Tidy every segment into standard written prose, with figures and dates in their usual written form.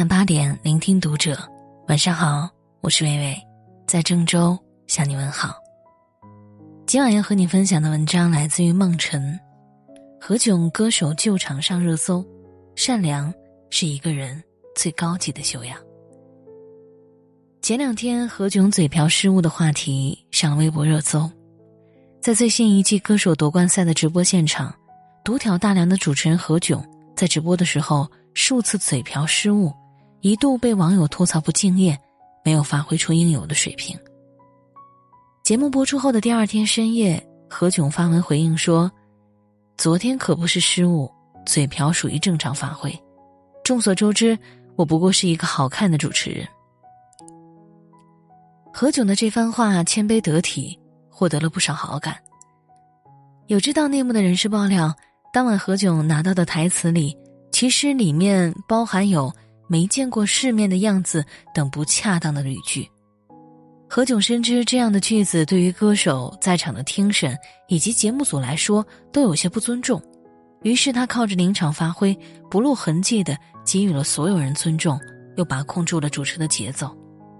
8点聆听读者，晚上好，我是薇薇，在郑州向你问好。今晚要和你分享的文章来自于梦辰。何炅歌手旧场上热搜，善良是一个人最高级的修养。前2天何炅嘴瓢失误的话题上了微博热搜。在最新一季歌手夺冠赛的直播现场，独挑大梁的主持人何炅在直播的时候数次嘴瓢失误，一度被网友吐槽不敬业，没有发挥出应有的水平。节目播出后的第2天深夜，何炅发文回应说，昨天可不是失误，嘴瓢属于正常发挥。众所周知，我不过是一个好看的主持人。何炅的这番话谦卑得体，获得了不少好感。有知道内幕的人士爆料，当晚何炅拿到的台词里，其实里面包含有没见过世面的样子等不恰当的语句。何炅深知这样的句子对于歌手在场的听审以及节目组来说都有些不尊重，于是他靠着临场发挥，不露痕迹地给予了所有人尊重，又把控住了主持的节奏。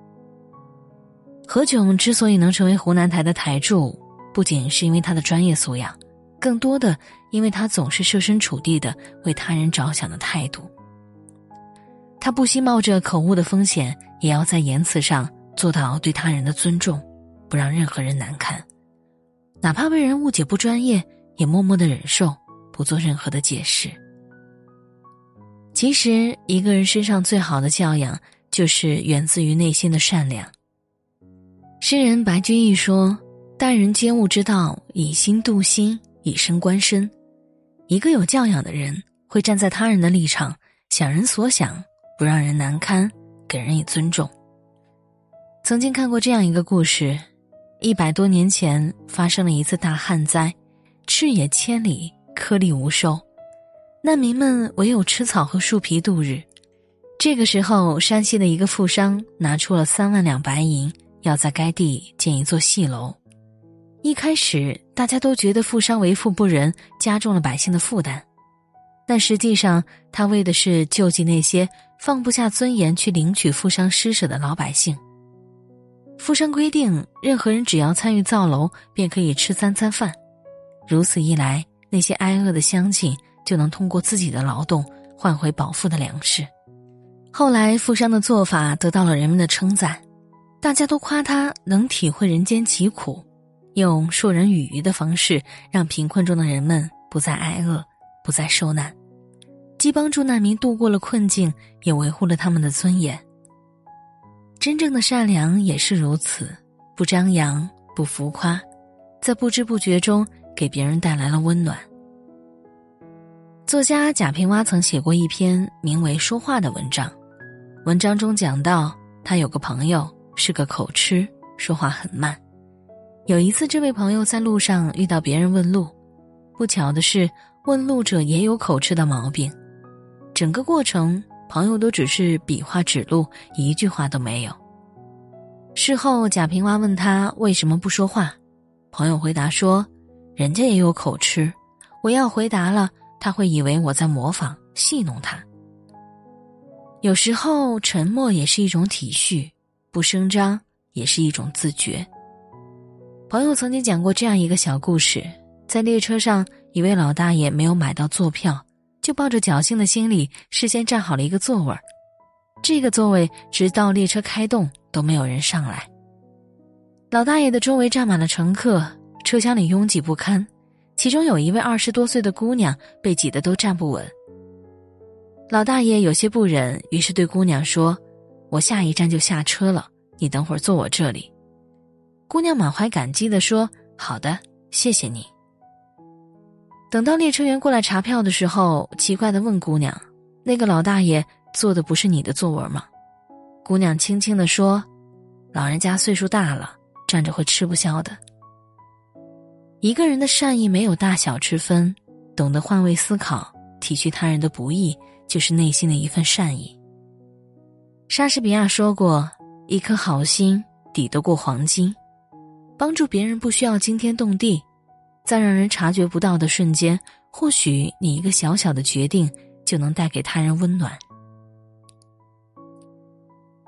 何炅之所以能成为湖南台的台柱，不仅是因为他的专业素养，更多的因为他总是设身处地的为他人着想的态度。他不惜冒着口误的风险，也要在言辞上做到对他人的尊重，不让任何人难堪，哪怕被人误解不专业，也默默的忍受，不做任何的解释。其实一个人身上最好的教养，就是源自于内心的善良。诗人白居易说，待人接物之道，以心度心，以身观身。一个有教养的人，会站在他人的立场，想人所想，不让人难堪，给人以尊重。曾经看过这样一个故事，100多年前发生了一次大旱灾，赤野千里，颗粒无收，难民们唯有吃草和树皮度日。这个时候，山西的一个富商拿出了3万两白银，要在该地建一座戏楼。一开始大家都觉得富商为富不仁，加重了百姓的负担，但实际上他为的是救济那些放不下尊严去领取富商施舍的老百姓。富商规定，任何人只要参与造楼，便可以吃3餐饭。如此一来，那些挨饿的乡亲就能通过自己的劳动换回饱腹的粮食。后来富商的做法得到了人们的称赞，大家都夸他能体会人间疾苦，用授人以渔的方式，让贫困中的人们不再挨饿，不再受难，既帮助难民度过了困境，也维护了他们的尊严。真正的善良也是如此，不张扬，不浮夸，在不知不觉中给别人带来了温暖。作家贾平凹曾写过一篇名为《说话》的文章，文章中讲到，他有个朋友是个口吃，说话很慢。有一次，这位朋友在路上遇到别人问路，不巧的是，问路者也有口吃的毛病。整个过程，朋友都只是比划指路，一句话都没有。事后，贾平凹问他为什么不说话，朋友回答说，人家也有口吃，我要回答了，他会以为我在模仿，戏弄他。有时候，沉默也是一种体恤，不声张也是一种自觉。朋友曾经讲过这样一个小故事，在列车上，一位老大爷没有买到坐票，就抱着侥幸的心理，事先占好了一个座位。这个座位直到列车开动都没有人上来。老大爷的周围站满了乘客，车厢里拥挤不堪，其中有一位20多岁的姑娘被挤得都站不稳。老大爷有些不忍，于是对姑娘说，我下一站就下车了，你等会儿坐我这里。姑娘满怀感激地说，好的，谢谢你。等到列车员过来查票的时候，奇怪地问姑娘，那个老大爷坐的不是你的座位吗？姑娘轻轻地说，老人家岁数大了，站着会吃不消的。一个人的善意没有大小之分，懂得换位思考，体恤他人的不易，就是内心的一份善意。莎士比亚说过，一颗好心抵得过黄金。帮助别人不需要惊天动地，在让人察觉不到的瞬间，或许你一个小小的决定就能带给他人温暖。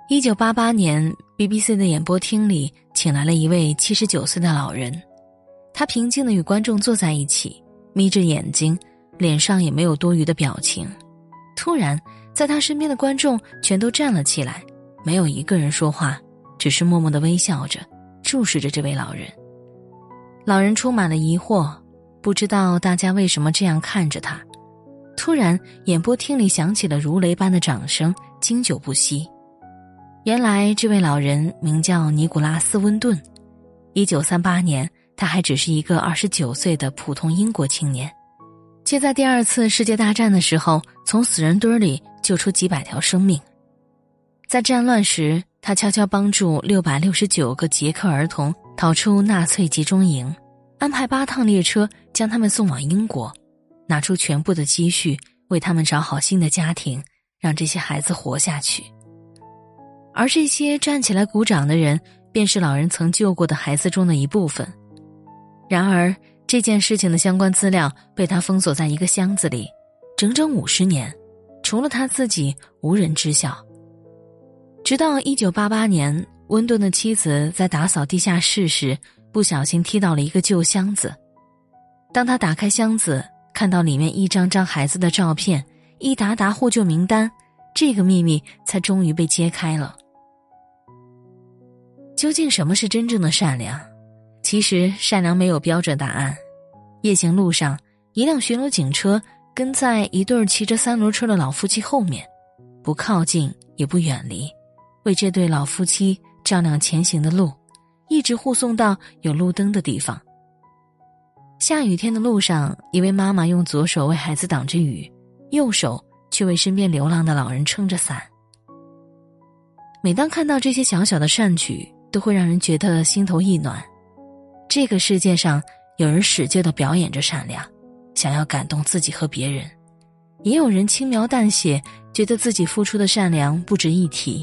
1988年 BBC 的演播厅里请来了一位79岁的老人，他平静地与观众坐在一起，眯着眼睛，脸上也没有多余的表情。突然在他身边的观众全都站了起来，没有一个人说话，只是默默地微笑着注视着这位老人。老人充满了疑惑，不知道大家为什么这样看着他。突然演播厅里响起了如雷般的掌声，经久不息。原来这位老人名叫尼古拉斯·温顿。1938年他还只是一个29岁的普通英国青年，却在第2次世界大战的时候从死人堆里救出几百条生命。在战乱时，他悄悄帮助669个捷克儿童逃出纳粹集中营，安排8趟列车将他们送往英国，拿出全部的积蓄为他们找好新的家庭，让这些孩子活下去。而这些站起来鼓掌的人，便是老人曾救过的孩子中的一部分。然而这件事情的相关资料被他封锁在一个箱子里，整整50年，除了他自己无人知晓。直到1988年，温顿的妻子在打扫地下室时不小心踢到了一个旧箱子。当他打开箱子，看到里面一张张孩子的照片，一沓沓获救名单，这个秘密才终于被揭开了。究竟什么是真正的善良？其实善良没有标准答案。夜行路上，一辆巡逻警车跟在一对骑着3轮车的老夫妻后面，不靠近也不远离，为这对老夫妻照亮前行的路，一直护送到有路灯的地方。下雨天的路上，一位妈妈用左手为孩子挡着雨，右手却为身边流浪的老人撑着伞。每当看到这些小小的善举，都会让人觉得心头一暖。这个世界上有人使劲地表演着善良，想要感动自己和别人，也有人轻描淡写，觉得自己付出的善良不值一提。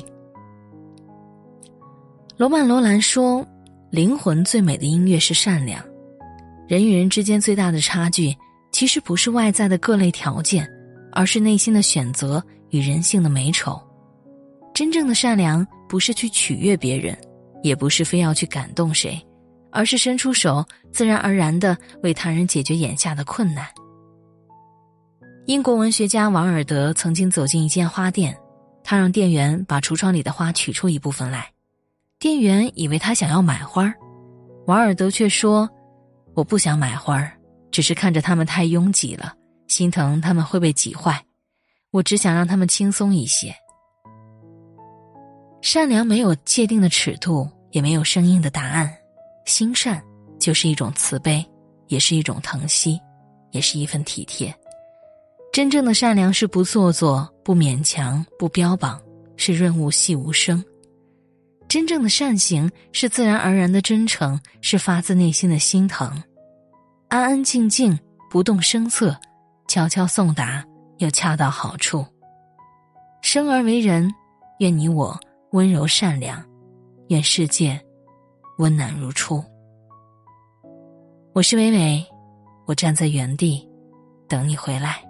罗曼·罗兰说，灵魂最美的音乐是善良。人与人之间最大的差距，其实不是外在的各类条件，而是内心的选择与人性的美丑。真正的善良不是去取悦别人，也不是非要去感动谁，而是伸出手，自然而然地为他人解决眼下的困难。英国文学家王尔德曾经走进一间花店，他让店员把橱窗里的花取出一部分来。店员以为他想要买花，王尔德却说，我不想买花，只是看着他们太拥挤了，心疼他们会被挤坏，我只想让他们轻松一些。善良没有界定的尺度，也没有生硬的答案，心善就是一种慈悲，也是一种疼惜，也是一份体贴。真正的善良是不做作，不勉强，不标榜，是润物细无声。真正的善行是自然而然的真诚，是发自内心的心疼。安安静静，不动声色，悄悄送达，又恰到好处。生而为人，愿你我温柔善良，愿世界温暖如初。我是伟伟，我站在原地等你回来。